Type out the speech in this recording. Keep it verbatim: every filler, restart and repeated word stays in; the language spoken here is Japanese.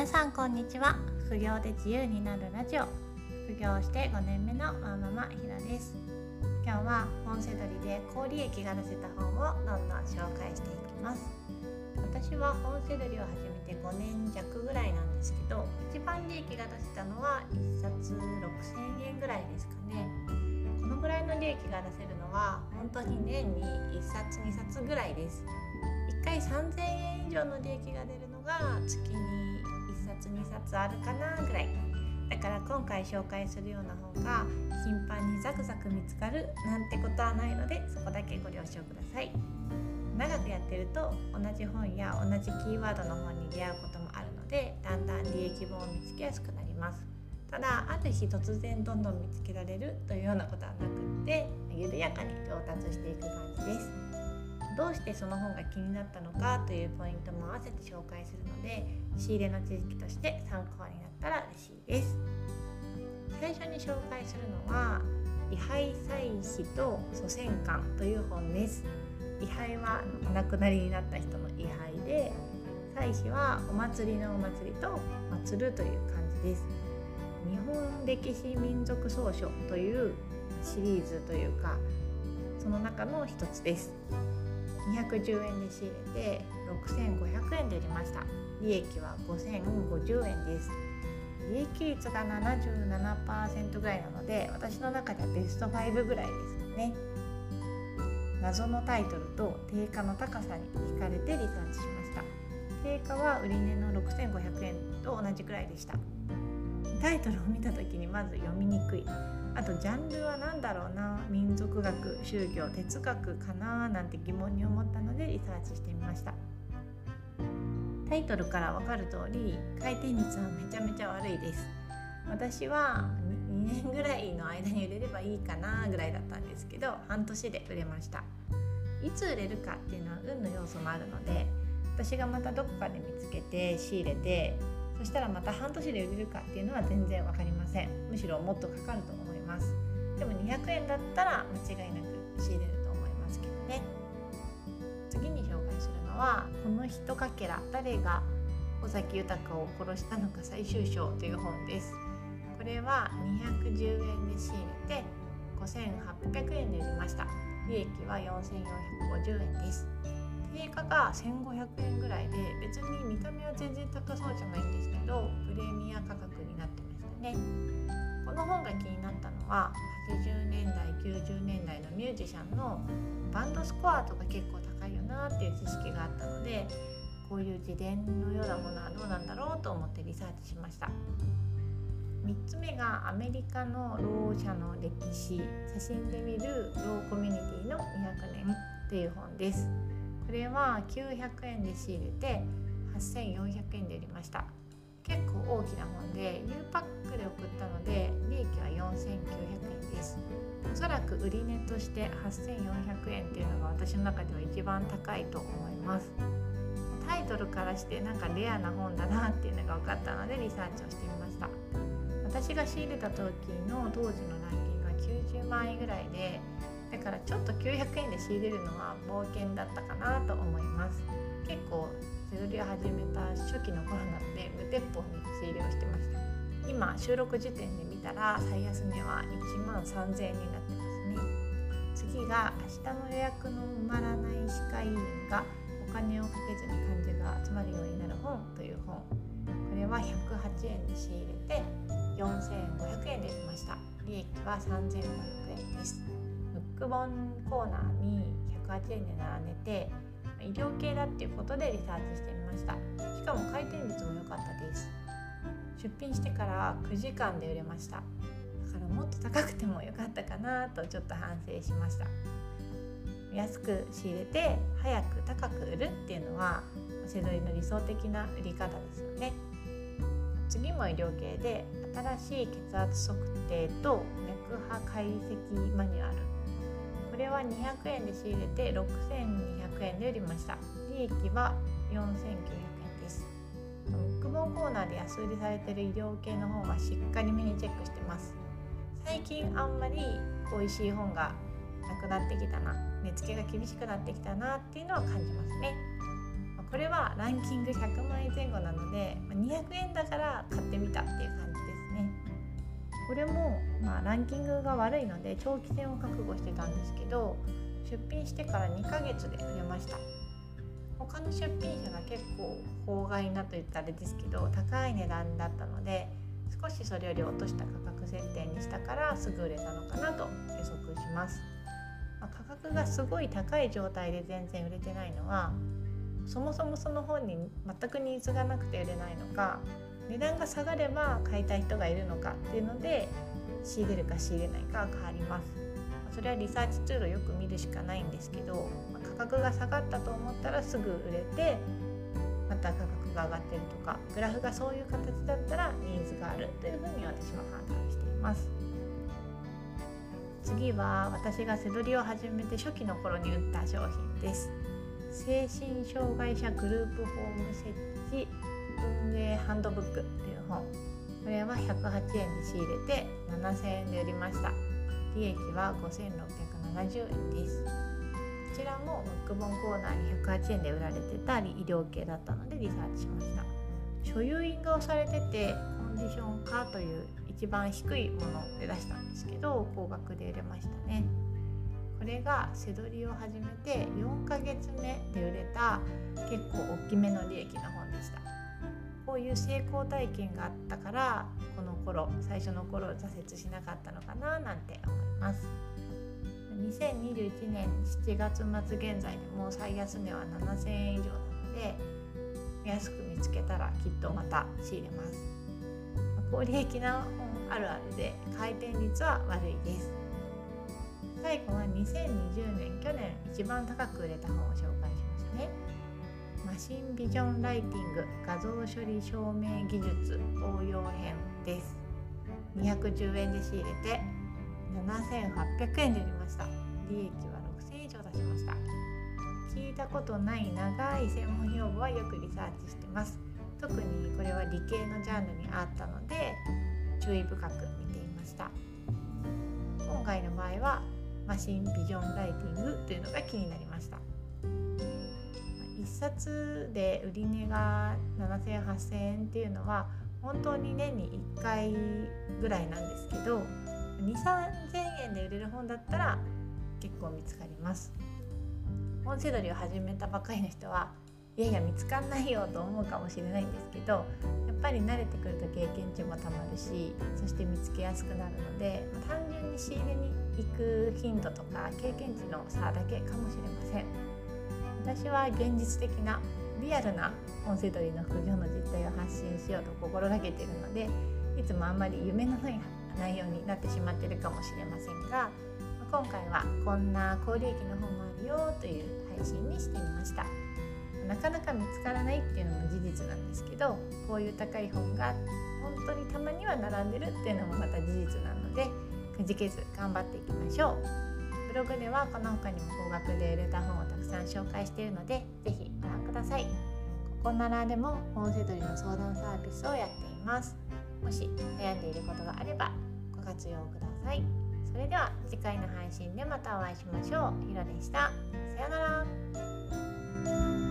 皆さんこんにちは。副業で自由になるラジオ、副業してごねんめのワーママひなです。今日は本セドリで高利益が出せた本をどんどん紹介していきます。私は本セドリを始めてごねんじゃくぐらいなんですけど、一番利益が出せたのはいっさつろくせんえんぐらいですかね。このぐらいの利益が出せるのは本当に年にいっさつにさつぐらいです。いっかいさんぜんえん以上の利益が出るのが月にいっさつにさつあるかなぐらいだから、今回紹介するような本が頻繁にザクザク見つかるなんてことはないので、そこだけご了承ください。長くやってると同じ本や同じキーワードの本に出会うこともあるので、だんだん利益本を見つけやすくなります。ただある日突然どんどん見つけられるというようなことはなくって、緩やかに上達していく感じです。どうしてその本が気になったのかというポイントも合わせて紹介するので、仕入れの知識として参考になったら嬉しいです。最初に紹介するのは位牌祭祀と祖先観という本です。位牌はお亡くなりになった人の位牌で、祭祀はお祭りのお祭りと祭るという感じです。日本歴史民族総書というシリーズというか、その中の一つです。にひゃくじゅうえんで仕入れてろくせんごひゃくえんで売りました。利益はごせんごじゅうえんです。利益率が ななじゅうななパーセント ぐらいなので、私の中ではベストごぐらいですかね。謎のタイトルと定価の高さに惹かれてリサーチしました。定価は売値のろくせんごひゃくえんと同じくらいでした。タイトルを見た時にまず読みにくい、あとジャンルは何だろうな、民族学、宗教、哲学かななんて疑問に思ったのでリサーチしてみました。タイトルから分かる通り、回転率はめちゃめちゃ悪いです。私はにねんぐらいの間に売れればいいかなぐらいだったんですけど、半年で売れました。いつ売れるかっていうのは運の要素もあるので、私がまたどこかで見つけて仕入れて、そしたらまた半年で売れるかっていうのは全然分かりません。むしろもっとかかると思います。でもにひゃくえんだったら間違いなく仕入れると思いますけどね。次に紹介するのは、このひとかけら誰が尾崎豊を殺したのか最終章という本です。これはにひゃくじゅうえんで仕入れてごせんはっぴゃくえんで売りました。利益はよんせんよんひゃくごじゅうえんです。定価がせんごひゃくえんぐらいで、別に見た目は全然高そうじゃないんですけど、プレミア価格になってましたね。この本が気になったのは、はちじゅうねんだいきゅうじゅうねんだいのミュージシャンのバンドスコアとか結構高いよなっていう知識があったので、こういう自伝のようなものはどうなんだろうと思ってリサーチしました。みっつめがアメリカのろう者の歴史、写真で見るろうコミュニティのにひゃくねんっていう本です。これはきゅうひゃくえんで仕入れてはっせんよんひゃくえんで売りました。結構大きな本で U パックで送ったので、利益はよんせんきゅうひゃくえんです。おそらく売値としてはっせんよんひゃくえんっていうのが私の中では一番高いと思います。タイトルからしてなんかレアな本だなっていうのが分かったのでリサーチをしてみました。私が仕入れた時の当時のランキングがきゅうじゅうまんえんぐらいで、だからちょっときゅうひゃくえんで仕入れるのは冒険だったかなと思います。結構セドリを始めた初期の頃なので無鉄砲に仕入れをしてました。今収録時点で見たら最安値はいちまんさんぜんえんになってますね。次が明日の予約の埋まらない歯科医院がお金をかけずに患者が集まるようになる本という本。これはひゃくはちえんで仕入れてよんせんごひゃくえんで売りました。利益はさんぜんごひゃくえんです。ムック本コーナーにひゃくはちえんで並んでて、医療系だっていうことでリサーチしてみました。しかも回転率も良かったです。出品してからくじかんで売れました。だからもっと高くても良かったかなとちょっと反省しました。安く仕入れて早く高く売るっていうのはセドリの理想的な売り方ですよね。次も医療系で、新しい血圧測定と脈波解析マニュアル。これはにひゃくえんで仕入れてろくせんにひゃくえんで売りました。利益はよんせんきゅうひゃくえんです。ムック本コーナーで安売りされている医療系の本はしっかりめにチェックしてます。最近あんまり美味しい本がなくなってきたな、値付けが厳しくなってきたなっていうのは感じますね。 これはランキングひゃくまんえん前後なのでにひゃくえんだから買ってみたっていう感じですね。これも、まあ、ランキングが悪いので長期戦を覚悟してたんですけど、出品してからにかげつで売れました。他の出品者が結構法外なと言ったらあれですけど高い値段だったので、少しそれより落とした価格設定にしたからすぐ売れたのかなと予測します。まあ、価格がすごい高い状態で全然売れてないのは、そもそもその本に全くニーズがなくて売れないのか、値段が下がれば買いたい人がいるのかっていうので仕入れるか仕入れないかは変わります。それはリサーチツールをよく見るしかないんですけど、価格が下がったと思ったらすぐ売れて、また価格が上がってるとか、グラフがそういう形だったらニーズがあるというふうに私は判断しています。次は私が背取りを始めて初期の頃に売った商品です。精神障害者グループホーム設置運営ハンドブックという本、これはひゃくはちえんで仕入れてななせんえんで売りました。利益はごせんろっぴゃくななじゅうえんです。こちらもブック本コーナーにひゃくはちえんで売られてたり医療系だったのでリサーチしました。所有印が押されててコンディション化という一番低いもので出したんですけど、高額で売れましたね。これが背取りを始めてよんかげつめで売れた結構大きめの利益の本でした。こういう成功体験があったからこの頃最初の頃挫折しなかったのかななんて思います。にせんにじゅういちねんしちがつまつ現在でも最安値はななせんえん以上なので、安く見つけたらきっとまた仕入れます。高利益な本あるあるで回転率は悪いです。最後はにせんにじゅうねん、去年一番高く売れた本を紹介しましたね。マシンビジョンライティング画像処理証明技術応用編です。にひゃくじゅうえんで仕入れてななせんはっぴゃくえんで売りました。利益はろくせんえん以上出しました。聞いたことない長い専門用語はよくリサーチしてます。特にこれは理系のジャンルにあったので注意深く見ていました。今回の場合はマシンビジョンライティングというのが気になりました。いっさつで売り値がななせんはっせんえんっていうのは本当に年にいっかいぐらいなんですけど、にせんさんぜんえんで売れる本だったら結構見つかります。本背取りを始めたばかりの人はいやいや見つかんないよと思うかもしれないんですけど、やっぱり慣れてくると経験値もたまるし、そして見つけやすくなるので、まあ、単純に仕入れに行く頻度とか経験値の差だけかもしれません。私は現実的なリアルな本背取りの副業の実態を発信しようと心がけているので、いつもあんまり夢のない内容になってしまっているかもしれませんが、今回はこんな高利益の本もあるよという配信にしてみました。なかなか見つからないっていうのも事実なんですけど、こういう高い本が本当にたまには並んでるっていうのもまた事実なので、くじけず頑張っていきましょう。ブログではこの他にも高額で売れた本をたくさん紹介しているので、ぜひご覧ください。ここならでも本背取りの相談サービスをやっています。もし悩んでいることがあればご活用ください。それでは次回の配信でまたお会いしましょう。ひろでした。さようなら。